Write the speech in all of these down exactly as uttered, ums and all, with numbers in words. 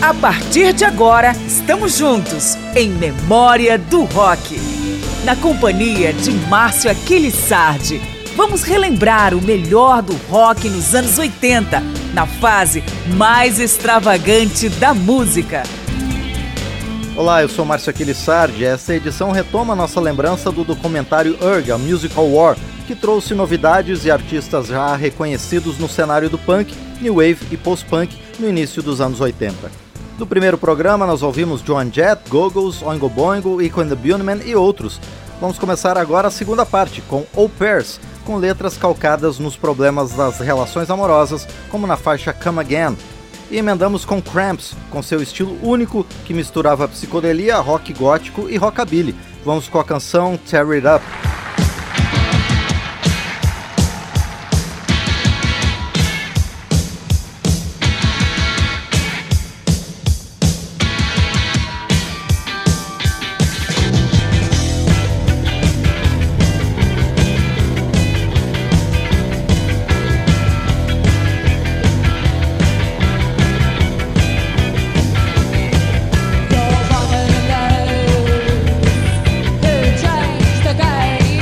A partir de agora, estamos juntos em Memória do Rock. Na companhia de Márcio Aquiles Sardi, vamos relembrar o melhor do rock nos anos oitenta, na fase mais extravagante da música. Olá, eu sou Márcio Aquiles Sardi. Essa edição retoma nossa lembrança do documentário Urge, A Musical War, que trouxe novidades e artistas já reconhecidos no cenário do punk, new wave e post-punk no início dos anos oitenta. No primeiro programa nós ouvimos Joan Jett, Go-Go's, Oingo Boingo, Echo and the Bunnymen e outros. Vamos começar agora a segunda parte, com Au Pairs, com letras calcadas nos problemas das relações amorosas, como na faixa Come Again. E emendamos com Cramps, com seu estilo único que misturava psicodelia, rock gótico e rockabilly. Vamos com a canção Tear It Up. Change the game.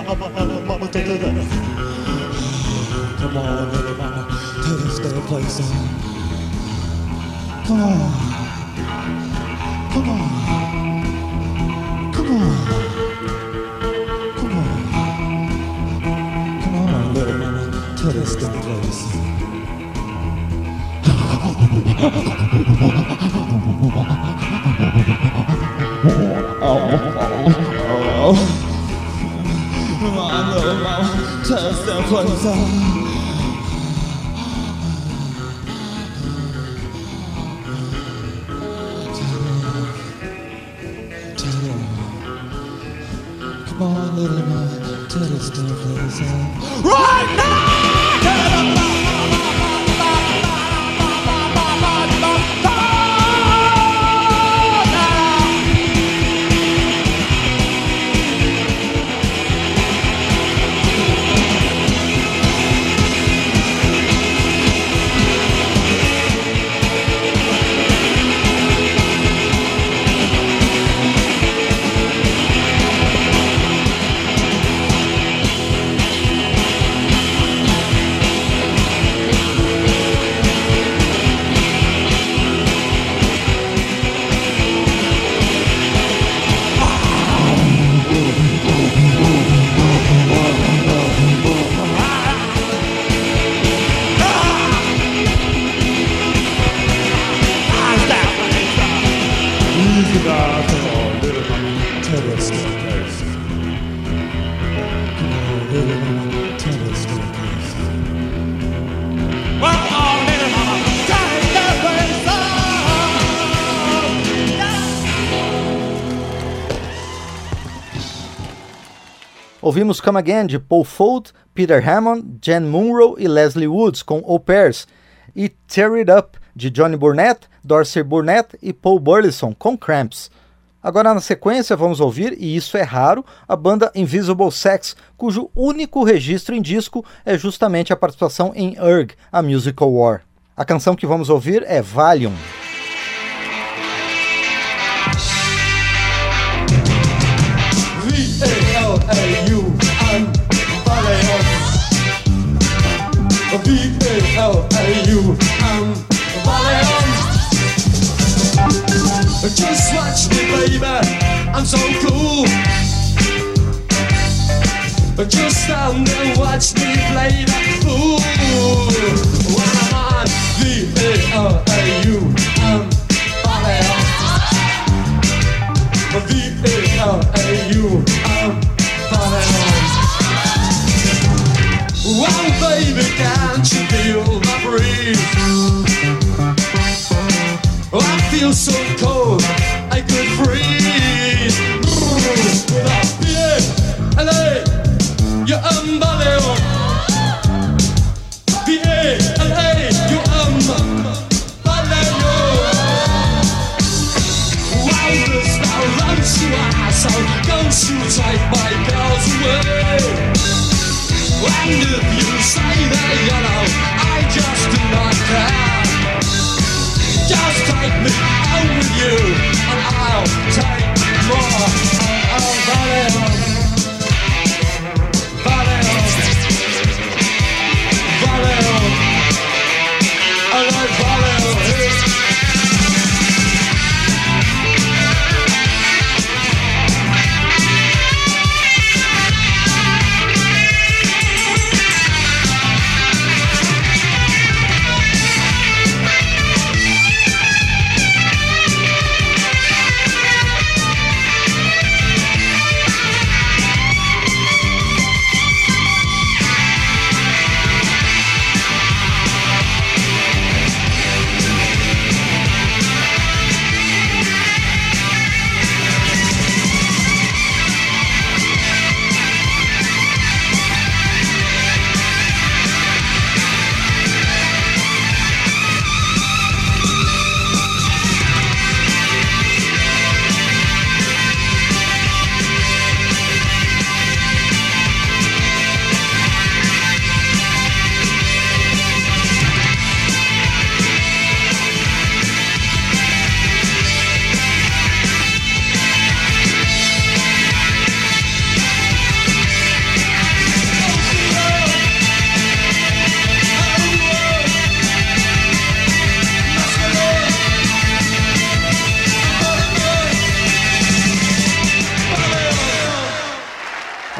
Come on, little mama, tell us that place on. Come on. Come on. Come on. Come on. Come on, little mama, tell us that place. Come on, little mama, tell us that place. Come on, little man, tell us the place right now! Ouvimos Come Again de Paul Fold, Peter Hammond, Jan Munro e Leslie Woods com Au Pairs, e Tear It Up de Johnny Burnett, Dorsey Burnett e Paul Burleson com Cramps. Agora na sequência vamos ouvir, e isso é raro, a banda Invisible Sex, cujo único registro em disco é justamente a participação em Urgh, a Musical War. A canção que vamos ouvir é Valium. V A L A U M Valium. V A L A U M Valium. Just watch me, baby, I'm so cool. Just stand and watch me play that fool. When I'm on V A L A U M Valium. V A L A U M Valium. Well, baby, can't you feel my breeze? Oh, I feel so cold, I could freeze. Without V A L A, you am Valium. V A L A, you am Valium. Wow, this now runs you asshole, don't you take my girls away. And if you say that, you know, I just do not care. Just take me out with you, and I'll take more. Oh, Valium, Valium, Valium, I like Valium.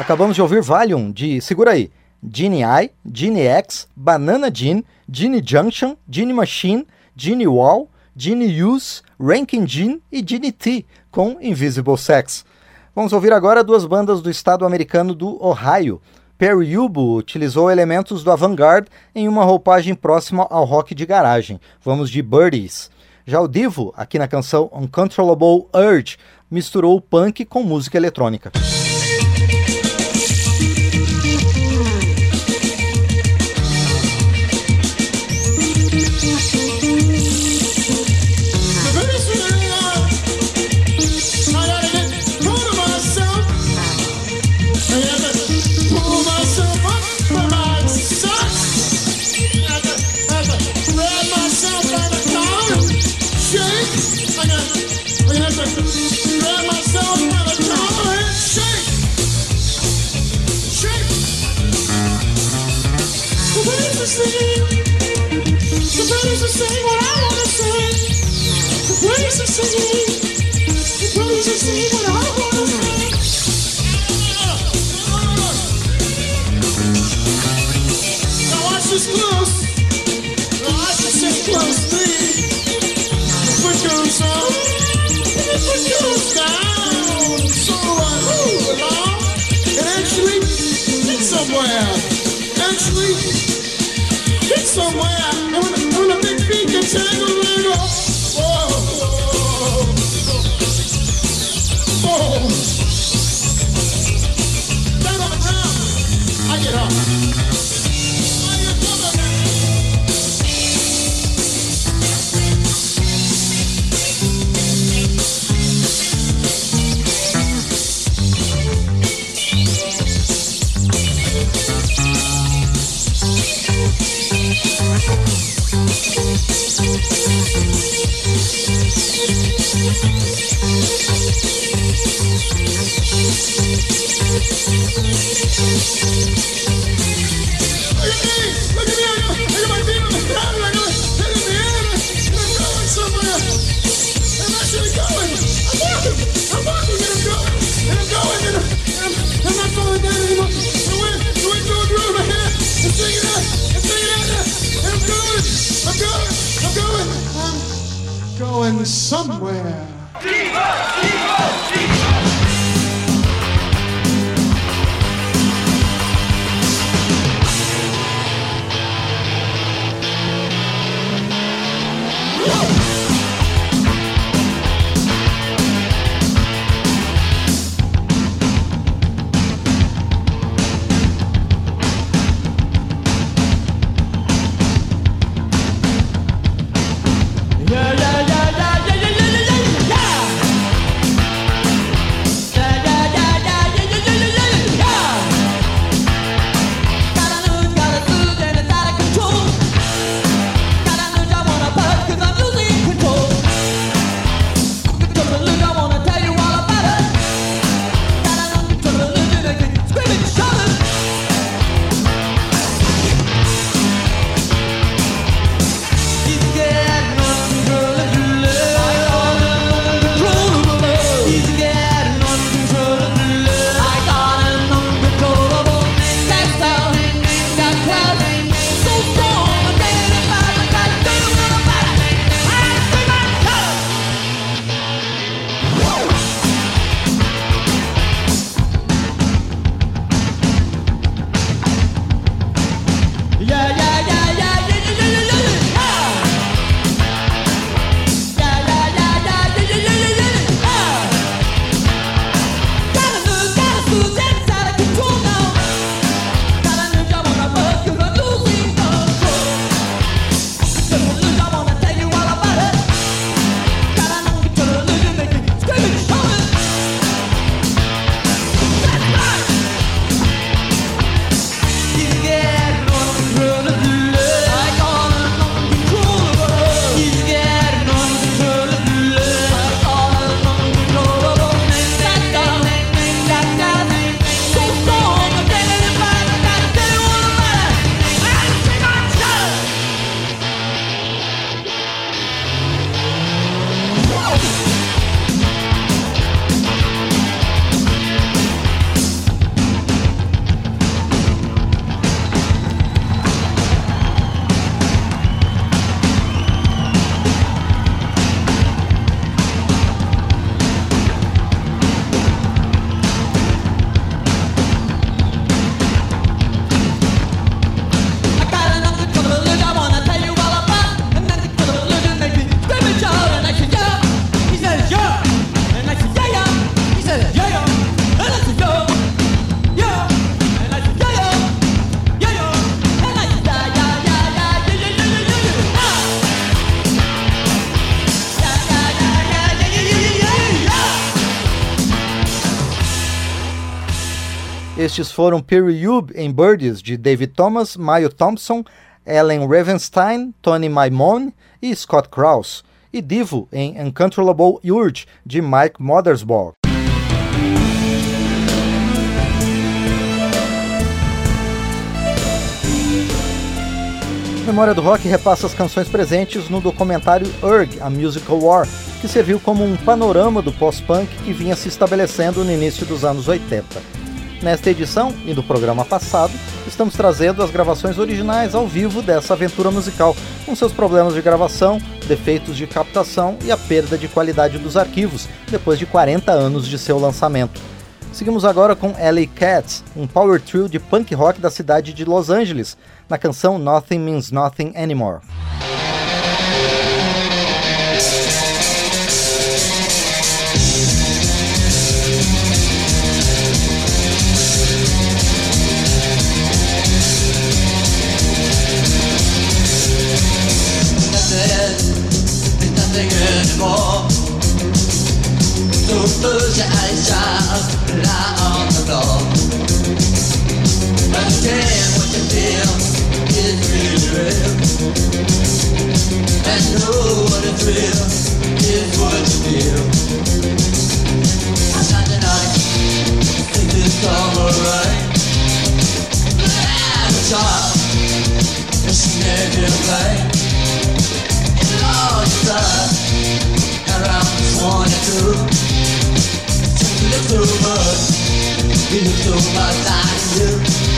Acabamos de ouvir Valium de, segura aí, Genie I, Genie X, Banana Gene, Genie Junction, Genie Machine, Genie Wall, Genie Use, Rankin Gene e Genie T, com Invisible Sex. Vamos ouvir agora duas bandas do estado americano do Ohio. Perry Yubu utilizou elementos do avant-garde em uma roupagem próxima ao rock de garagem. Vamos de Birdies. Já o Divo, aqui na canção Uncontrollable Urge, misturou o punk com música eletrônica. Actually, get somewhere, and when, when the big beat gets tangled, I go, whoa, whoa, whoa. Down on the ground, I get up. I get up. Going somewhere. Yeah, yeah, yeah, yeah, yeah, yeah, yeah, yeah, yeah. Estes foram Piri Yu'be em Birdies, de David Thomas, Mayo Thompson, Ellen Ravenstein, Tony Maimone e Scott Krauss, e Divo em Uncontrollable Urge, de Mike Mothersbaugh. Memória do Rock repassa as canções presentes no documentário Urge, A Musical War, que serviu como um panorama do pós-punk que vinha se estabelecendo no início dos anos oitenta. Nesta edição, e no programa passado, estamos trazendo as gravações originais ao vivo dessa aventura musical, com seus problemas de gravação, defeitos de captação e a perda de qualidade dos arquivos, depois de quarenta anos de seu lançamento. Seguimos agora com L A Cats, um power trio de punk rock da cidade de Los Angeles, na canção Nothing Means Nothing Anymore. So close your eyes, child, lie on the floor. Understand what you feel is really real, and know what a thrill is what you feel. I'm not denying, think this all alright. I'm a child, and she made me play. It's all you got, around this one or two. You look so much, you look so much like you.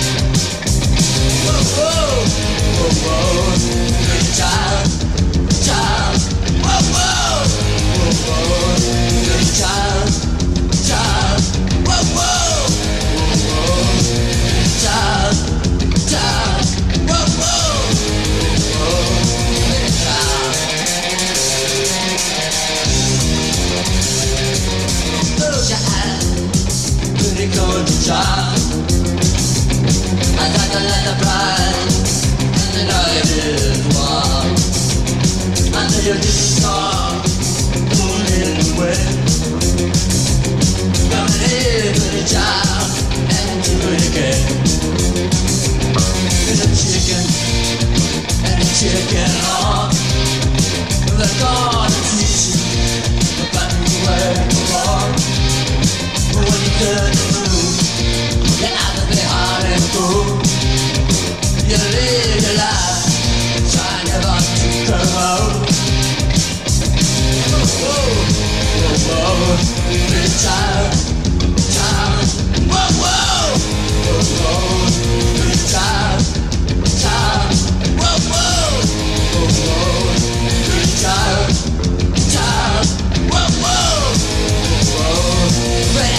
Whoa, whoa, whoa, whoa, good child, child. Whoa, whoa, whoa, whoa, good child, child. Whoa, whoa, whoa, whoa, good child, child. Whoa, whoa, whoa, good child. Close your eyes, pretty good child. I got to let the bride, and the night is warm. Under your distant star, pulling the wind. Come here, pretty child, and do it again. There's a chicken, and a chicken hawk. They're gonna teach you about where to walk. But when you turn the move, you have to be hard and cool. You live your life, try never to come out. Whoa, whoa, whoa, big child, child. Whoa, whoa, whoa, whoa, big child, child. Whoa, whoa, whoa, whoa, big child, child. Whoa, whoa, whoa, big.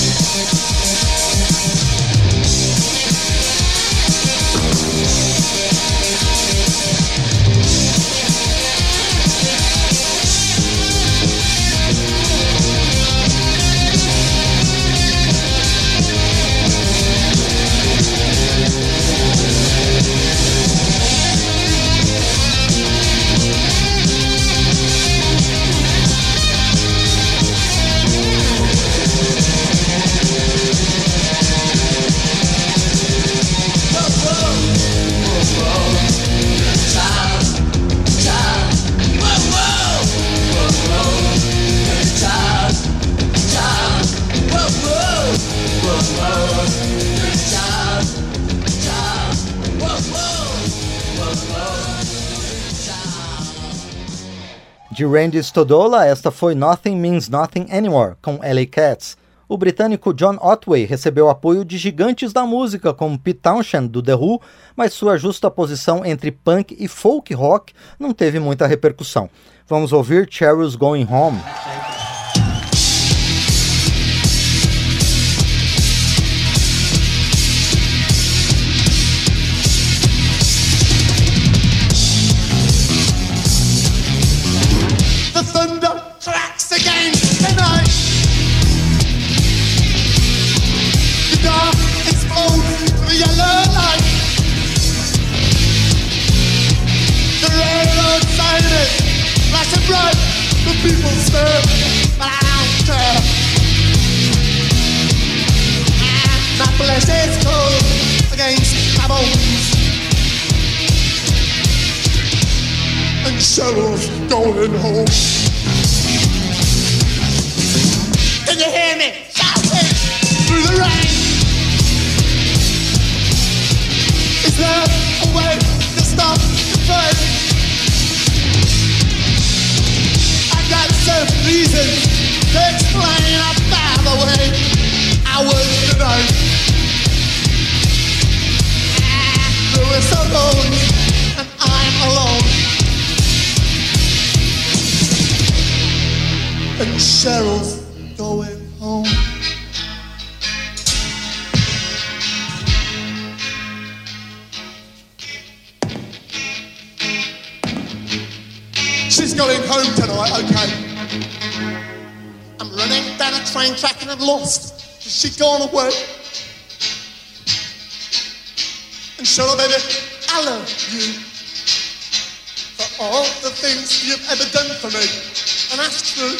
De Randy Stodola, esta foi Nothing Means Nothing Anymore, com L A Cats. O britânico John Otway recebeu apoio de gigantes da música, como Pete Townshend, do The Who, mas sua justa posição entre punk e folk rock não teve muita repercussão. Vamos ouvir Cheryl's Going Home. People stare, but I don't care. My flesh is cold against my bones, and Cheryl's going home. Can you hear me shouting through the rain? Is there a way to stop the pain? I got some reasons to explain about the way I was today. The whistle goes and I'm alone, and Cheryl's going home. She's going home tonight, okay. I'm running down a train track and I'm lost. She's gone away. And Cheryl, baby, I love you for all the things you've ever done for me. And that's true.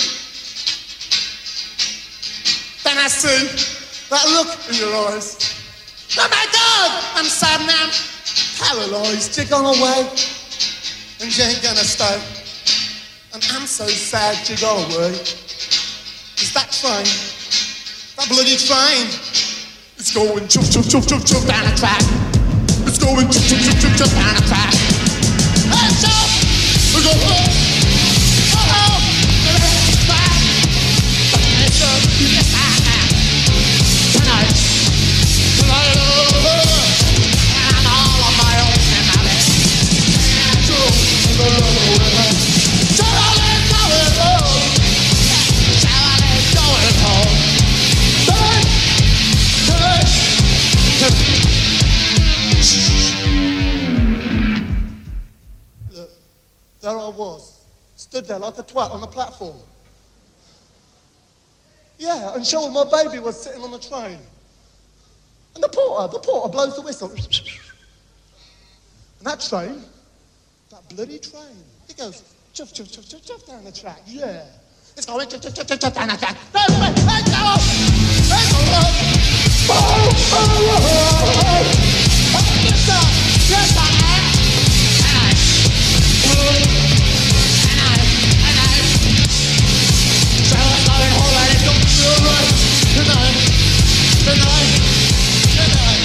Then I see that look in your eyes. Oh my God, I'm sad now, I'm paralyzed. You're gone away and you ain't gonna stay. And I'm so sad you gone away. Cause that train, that bloody train, it's going chuff, chuff, chuff, chuff, chuff down the track. It's going chuff, chuff, chuff, chuff, chuff down the track. Hey, chuff! We go home. Go home. The rest is back. It's a, yes, I am. Tonight. Tonight, oh, I'm all on my own and my best. Chuff, the love away. Look, there I was, stood there like a twat on the platform. Yeah, and Cheryl, my baby, was sitting on the train. And the porter, the porter blows the whistle. And that train, that bloody train, it goes chuff, chuff, chuff, chuff, chuff down the track, yeah. It's going chuff, chuff, chuff, chuff, chuff down the track. No, wait, let go! Let go! Oh, oh, oh, oh. Yes, sir. Yes, I am. And I, and I, and I. So I'm going home and it's going to be all right. Tonight, tonight, tonight.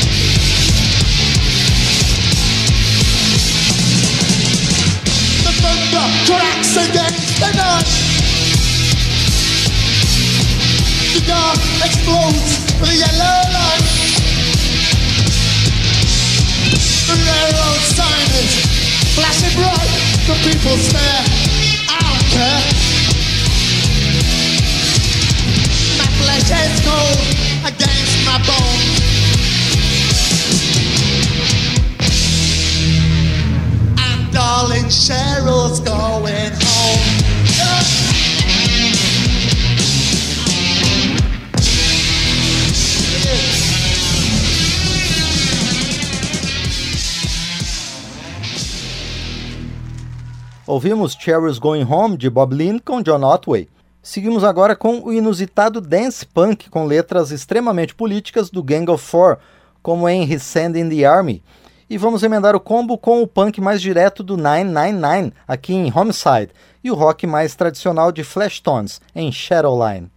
The thunder cracks against the night. The dark explodes with a yellow light. The railroad sign is flashing bright. The people stare, I don't care. My flesh is cold against my bone, and darling Cheryl's going home. Yeah. Ouvimos Cheryl's Going Home, de Bob Lynn, com John Otway. Seguimos agora com o inusitado dance punk, com letras extremamente políticas do Gang of Four, como em His Sand in the Army. E vamos emendar o combo com o punk mais direto do nove nove nove, aqui em Homicide, e o rock mais tradicional de Flashtones, em Shadowline.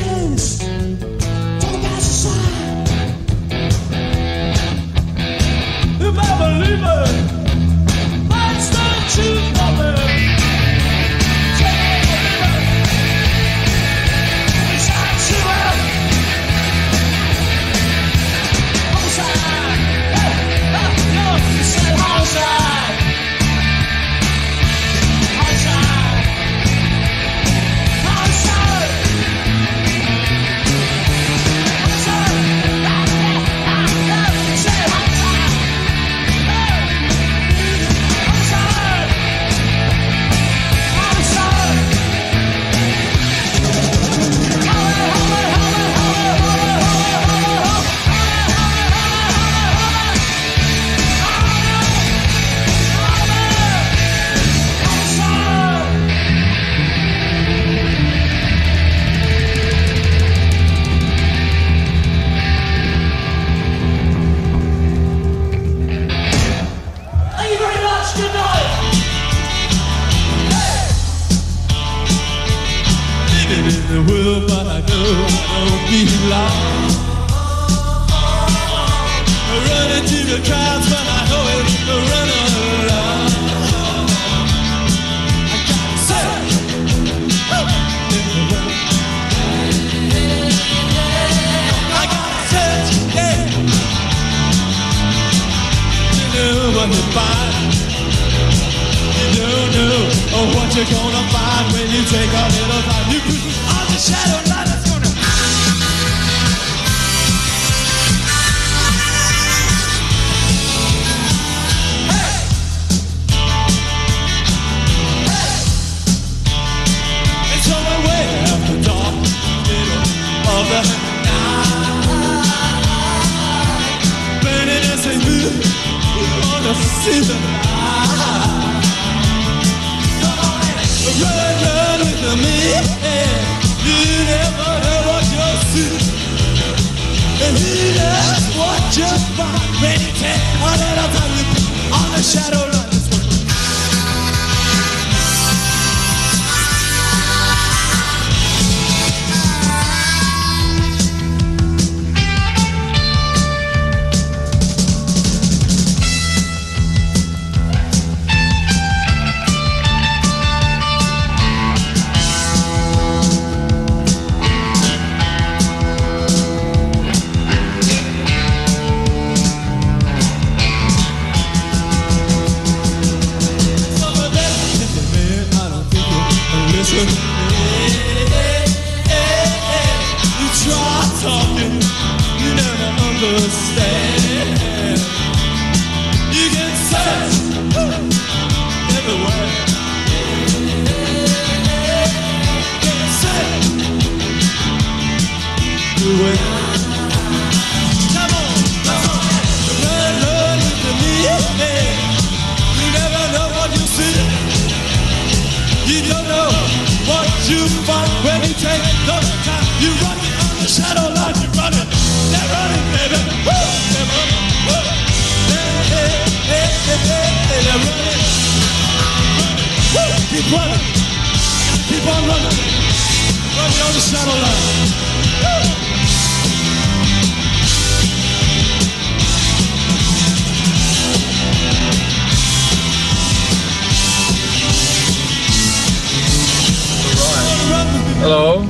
Hello?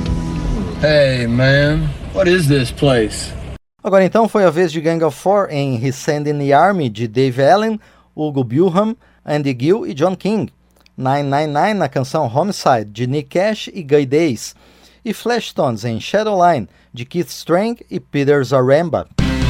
Hey, man. What is this place? Agora então foi a vez de Gang of Four em His Hand in the Army, de Dave Allen, Hugo Bulham, Andy Gill e John King. nove nove nove na canção Homicide, de Nick Cash e Guy Days. E Flashstones em Shadowline, de Keith Strang e Peter Zaremba.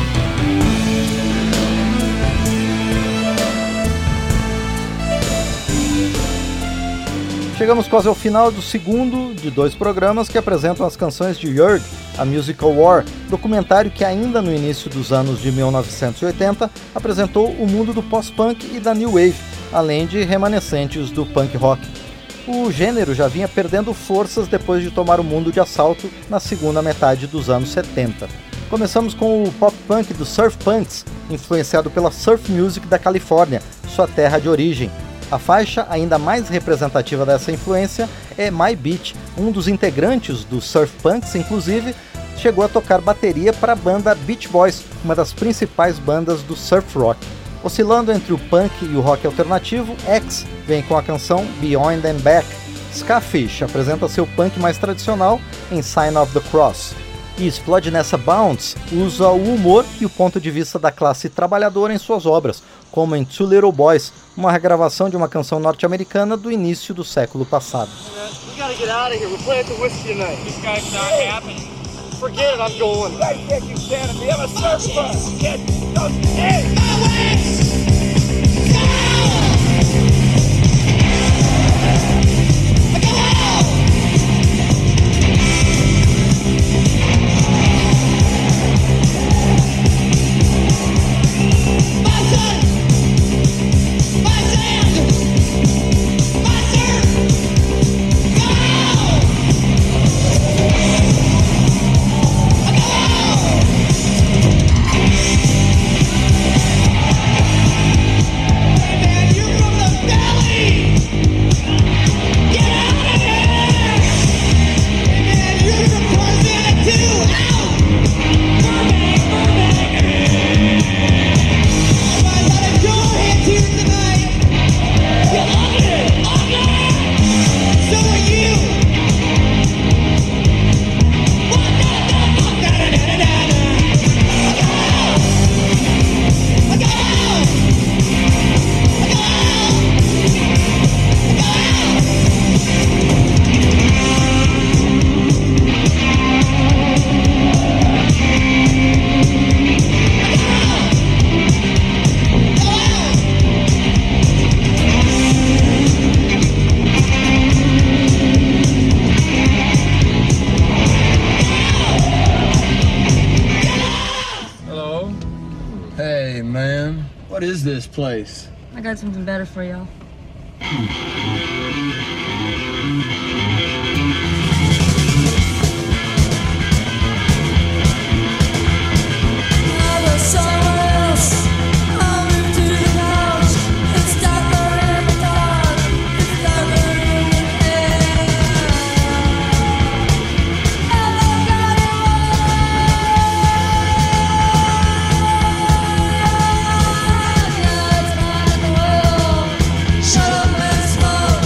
Chegamos quase ao final do segundo de dois programas que apresentam as canções de Urgh, A Musical War, documentário que ainda no início dos anos de mil novecentos e oitenta apresentou o mundo do post-punk e da new wave, além de remanescentes do punk rock. O gênero já vinha perdendo forças depois de tomar o mundo de assalto na segunda metade dos anos setenta. Começamos com o pop-punk dos Surf Punks, influenciado pela surf music da Califórnia, sua terra de origem. A faixa ainda mais representativa dessa influência é My Beat. Um dos integrantes do Surf Punks, inclusive, chegou a tocar bateria para a banda Beach Boys, uma das principais bandas do surf rock. Oscilando entre o punk e o rock alternativo, X vem com a canção Beyond and Back. Skafish apresenta seu punk mais tradicional em Sign of the Cross. E explode nessa Bounce usa o humor e o ponto de vista da classe trabalhadora em suas obras, como em Two Little Boys, uma regravação de uma canção norte-americana do início do século passado. Forget it, I'm going. I can't keep standing. We have a surf bus. Get those kids. My ways. Hey, man, what is this place? I got something better for y'all. Shut up and smoke.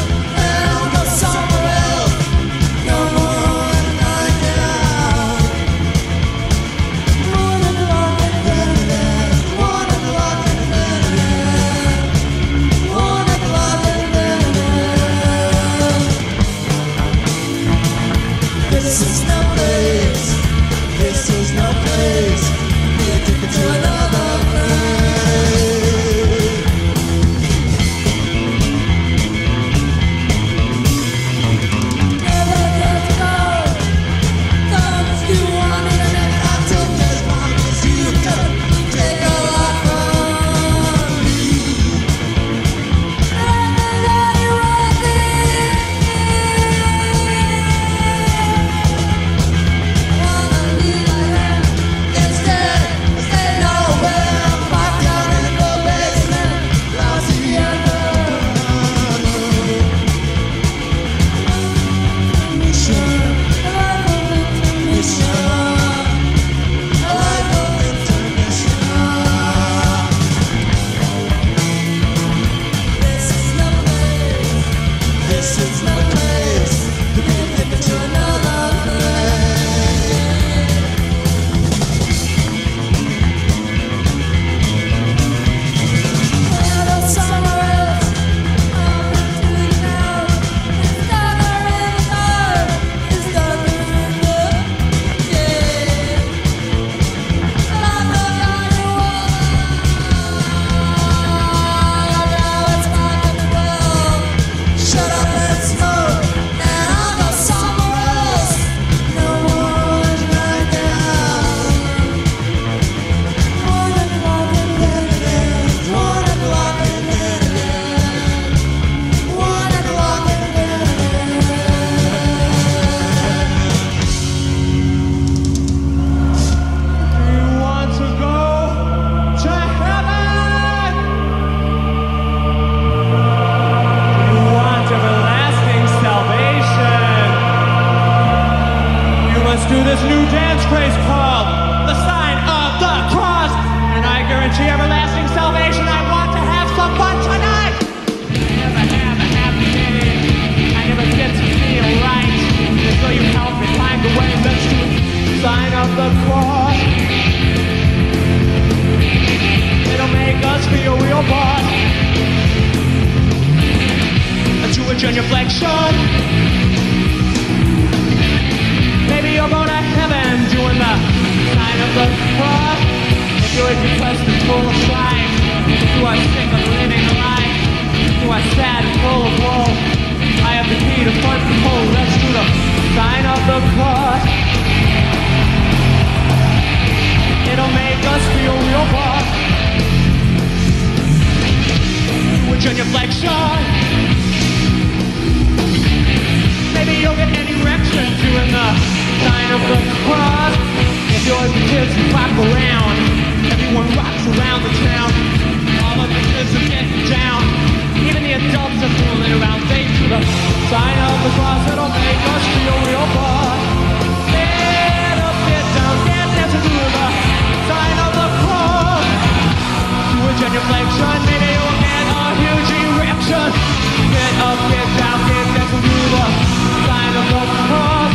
man's praise called the sign of the cross. And I guarantee everlasting salvation. I want to have some fun tonight. I never have a happy day. I never get to feel right. So you help me find the way. Let's do the sign of the cross. It'll make us feel real boss. To a genuflection. Maybe you'll go to heaven doing the sign of the cross. If you're depressed and full of strife, if you are sick of living life, if you are sad and full of woe, I have the key to front and hold. Let's do the sign of the cross. It'll make us feel real boss. To a genuflection. Maybe you'll get an erection doing the sign of the cross. If you're the kids who clap around, everyone rocks around the town. All of the kids are getting down. Even the adults are fooling around. They do the sign of the cross. It'll make us feel real boss. Get up, get down, get down to do the sign of the cross. Do a genuflection, maybe you'll get a huge erection. Get up, get down, get down to do the sign of the cross.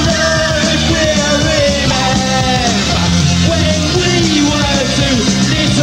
Wonder if we remember when we were two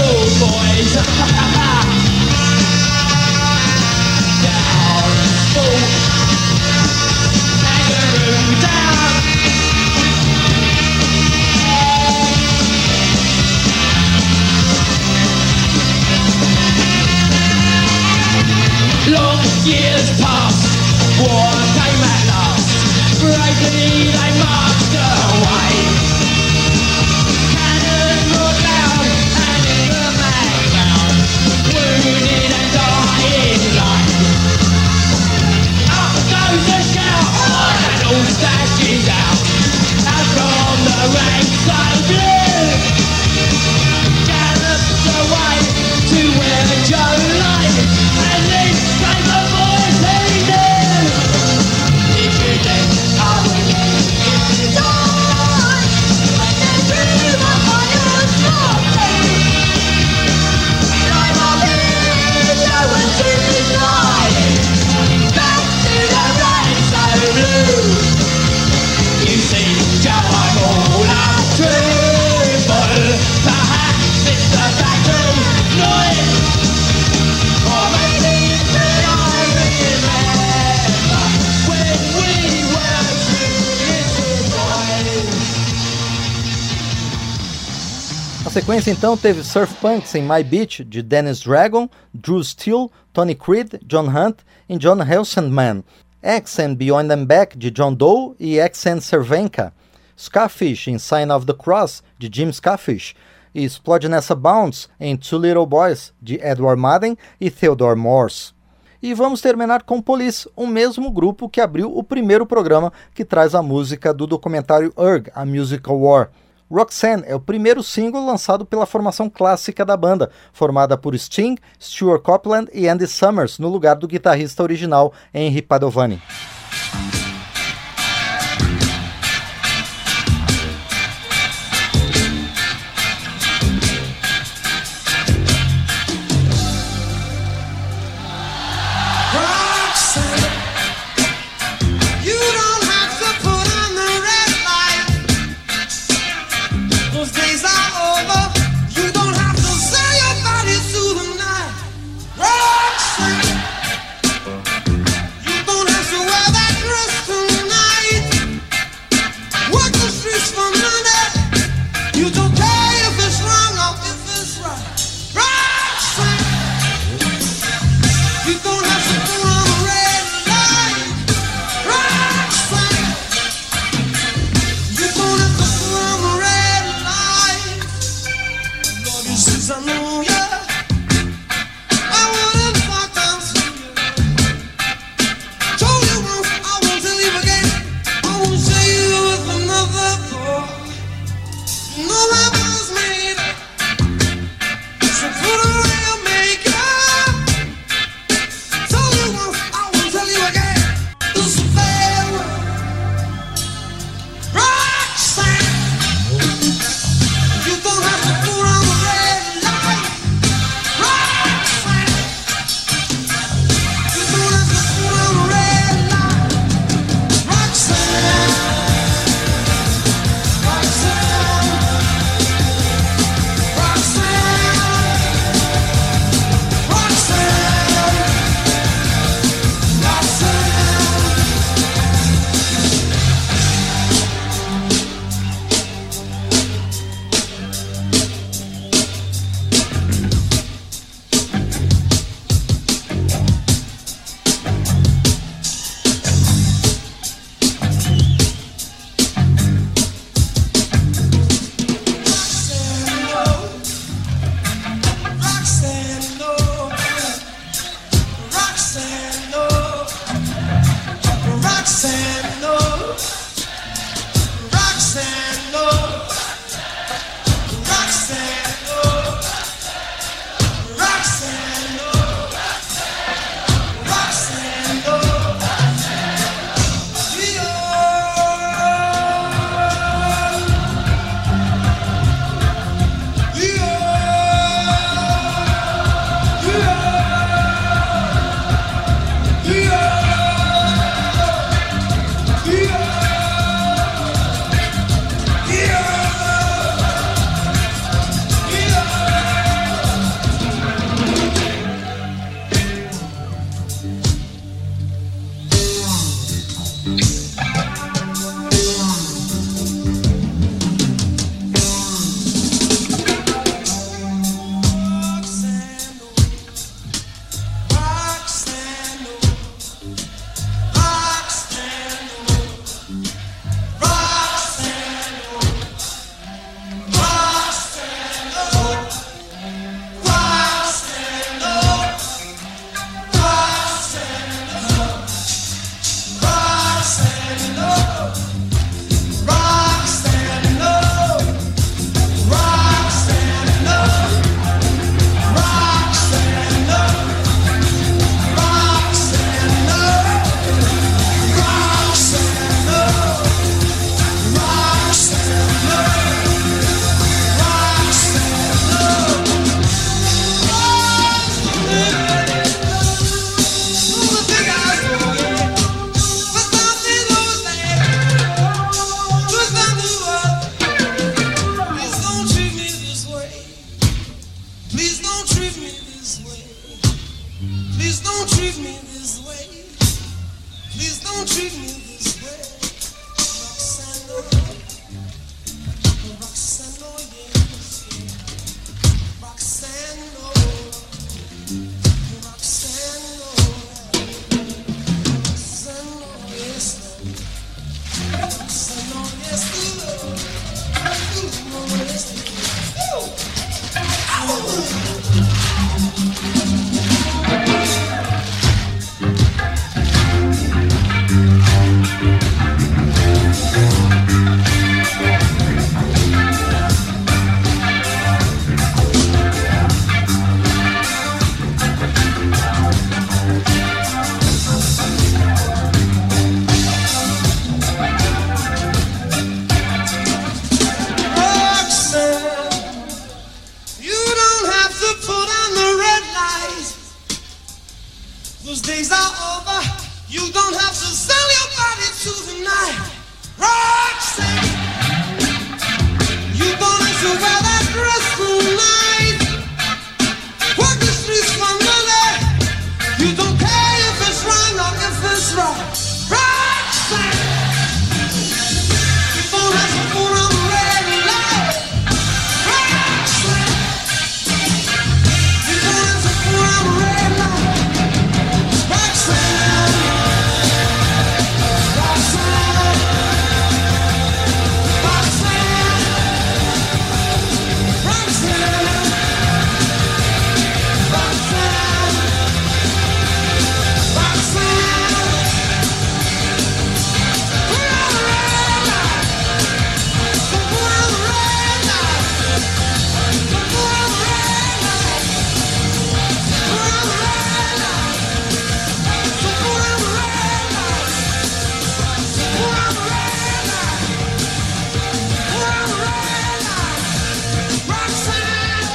sequência então teve Surf Punks em My Beach, de Dennis Dragon, Drew Steele, Tony Creed, John Hunt e John Helsendman, X and Beyond and Back, de John Doe e X and Cervenka, Skafish em Sign of the Cross, de Jim Skafish, e Explode Nessa Bounce em Two Little Boys, de Edward Madden e Theodore Morse. E vamos terminar com Police, o mesmo grupo que abriu o primeiro programa que traz a música do documentário Urgh, A Musical War. Roxanne é o primeiro single lançado pela formação clássica da banda, formada por Sting, Stuart Copeland e Andy Summers, no lugar do guitarrista original Henry Padovani. days are over. You don't have to sell your body to the night. Roxanne, you don't have to wear that dress tonight. Walk the streets for money. You don't care if it's wrong or if it's right. Roxanne, you don't have to put on the red light. Roxanne, you don't have to put on the red light. Roxanne, Roxanne, Roxanne, Roxanne, Roxanne, Roxanne, put on the red light. Put on the red light. Put on the red light. Put on the red light. Put on the red light. Put on the red light. Put on the red light. Roxanne,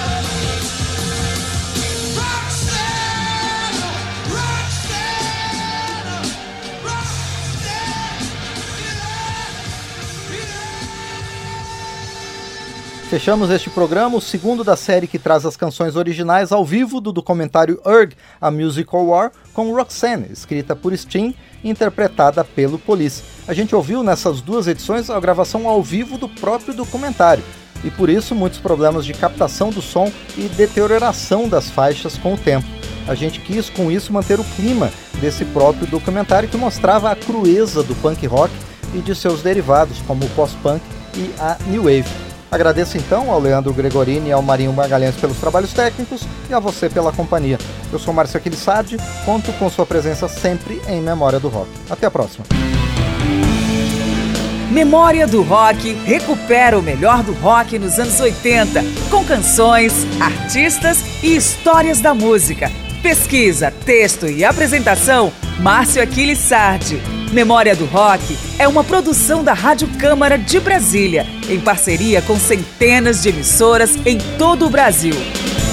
Roxanne, Roxanne, Roxanne. Fechamos este programa, o segundo da série que traz as canções originais ao vivo do documentário Urgh, A Musical War, com Roxanne, escrita por Sting e interpretada pelo Police. A gente ouviu nessas duas edições a gravação ao vivo do próprio documentário, e por isso muitos problemas de captação do som e deterioração das faixas com o tempo. A gente quis com isso manter o clima desse próprio documentário que mostrava a crueza do punk rock e de seus derivados, como o post-punk e a new wave. Agradeço então ao Leandro Gregorini e ao Marinho Magalhães pelos trabalhos técnicos e a você pela companhia. Eu sou Márcio Aquilissardi, conto com sua presença sempre em Memória do Rock. Até a próxima. Memória do Rock recupera o melhor do rock nos anos oitenta, com canções, artistas e histórias da música. Pesquisa, texto e apresentação, Márcio Aquilissardi. Memória do Rock é uma produção da Rádio Câmara de Brasília, em parceria com centenas de emissoras em todo o Brasil.